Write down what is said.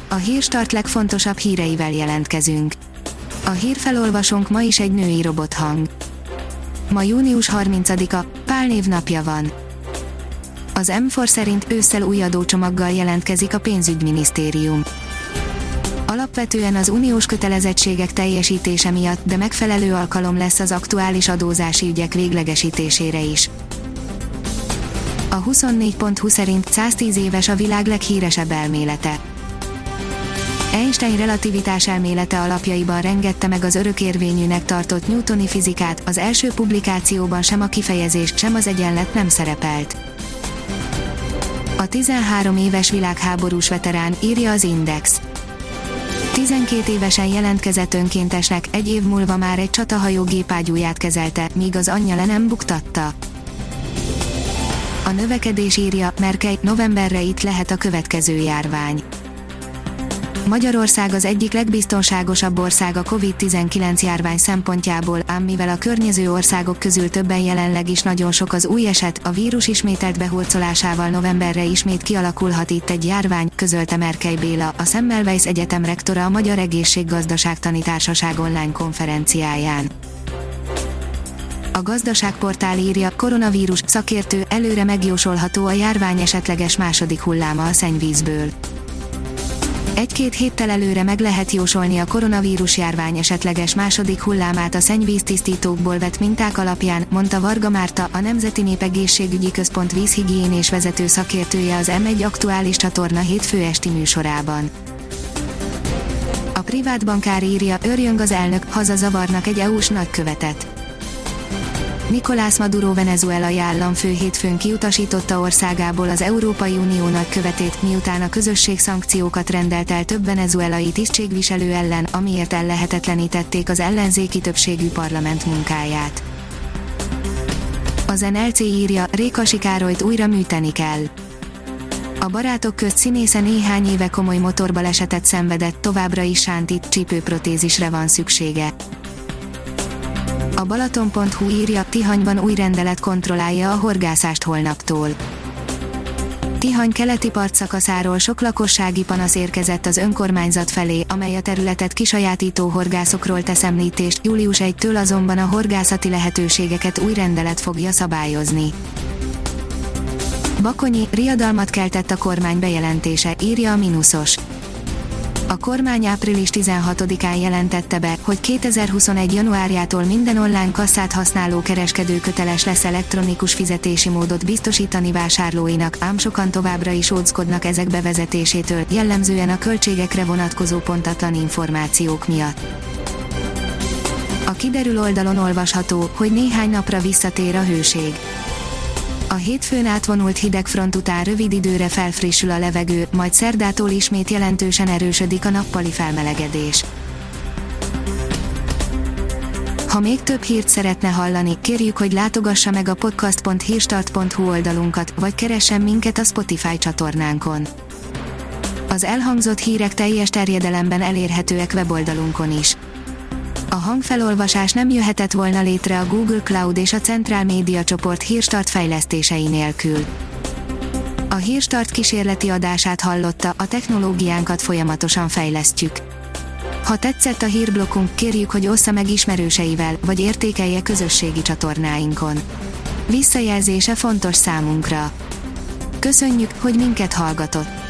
A Hírstart legfontosabb híreivel jelentkezünk. A hírfelolvasónk ma is egy női robothang. Ma június 30-a, Pál névnapja van. Az M4 szerint ősszel új adócsomaggal jelentkezik a pénzügyminisztérium. Alapvetően az uniós kötelezettségek teljesítése miatt, de megfelelő alkalom lesz az aktuális adózási ügyek véglegesítésére is. A 24.20 szerint 110 éves a világ leghíresebb elmélete. Einstein relativitás elmélete alapjaiban rengette meg az örökérvényűnek tartott newtoni fizikát, az első publikációban sem a kifejezés, sem az egyenlet nem szerepelt. A 13 éves világháborús veterán, írja az Index. 12 évesen jelentkezett önkéntesnek, egy év múlva már egy csatahajó gépágyúját kezelte, míg az anyja le nem buktatta. A növekedés írja, Merkely, novemberre itt lehet a következő járvány. Magyarország az egyik legbiztonságosabb ország a Covid-19 járvány szempontjából, ám mivel a környező országok közül többen jelenleg is nagyon sok az új eset, a vírus ismételt behurcolásával novemberre ismét kialakulhat itt egy járvány, közölte Merkely Béla, a Semmelweis Egyetem rektora a Magyar Egészséggazdaságtani Társaság online konferenciáján. A gazdaságportál írja, koronavírus, szakértő, előre megjósolható a járvány esetleges második hulláma a szennyvízből. Egy-két héttel előre meg lehet jósolni a koronavírus járvány esetleges második hullámát a szennyvíztisztítókból vett minták alapján, mondta Varga Márta, a Nemzeti Népegészségügyi Központ vízhigiénés vezető szakértője az M1 aktuális csatorna hétfő esti műsorában. A privát bankár írja, örjöng az elnök, hazazavarnak egy EU-s nagykövetet. Nicolás Maduro venezuelai államfő hétfőn kiutasította országából az Európai Unió nagykövetét, miután a közösség szankciókat rendelt el több venezuelai tisztségviselő ellen, amiért ellehetetlenítették az ellenzéki többségű parlament munkáját. Az NLC írja, Rékasi Károlyt újra műteni kell. A Barátok közt színésze néhány éve komoly motorbalesetet szenvedett, továbbra is sántit, csípőprotézisre van szüksége. A Balaton.hu írja, Tihanyban új rendelet kontrollálja a horgászást holnaptól. Tihany keleti partszakaszáról sok lakossági panasz érkezett az önkormányzat felé, amely a területet kisajátító horgászokról tesz említést, július 1-től azonban a horgászati lehetőségeket új rendelet fogja szabályozni. Bakonyi, riadalmat keltett a kormány bejelentése, írja a Minusos. A kormány április 16-án jelentette be, hogy 2021. januárjától minden online kasszát használó kereskedő köteles lesz elektronikus fizetési módot biztosítani vásárlóinak, ám sokan továbbra is ódzkodnak ezek bevezetésétől, jellemzően a költségekre vonatkozó pontatlan információk miatt. A Kiderül oldalon olvasható, hogy néhány napra visszatér a hőség. A hétfőn átvonult hidegfront után rövid időre felfrissül a levegő, majd szerdától ismét jelentősen erősödik a nappali felmelegedés. Ha még több hírt szeretne hallani, kérjük, hogy látogassa meg a podcast.hírstart.hu oldalunkat, vagy keressen minket a Spotify csatornánkon. Az elhangzott hírek teljes terjedelemben elérhetőek weboldalunkon is. A hangfelolvasás nem jöhetett volna létre a Google Cloud és a Centrál Média csoport Hírstart fejlesztései nélkül. A Hírstart kísérleti adását hallotta, a technológiánkat folyamatosan fejlesztjük. Ha tetszett a hírblokkunk, kérjük, hogy ossza meg ismerőseivel, vagy értékelje közösségi csatornáinkon. Visszajelzése fontos számunkra. Köszönjük, hogy minket hallgatott!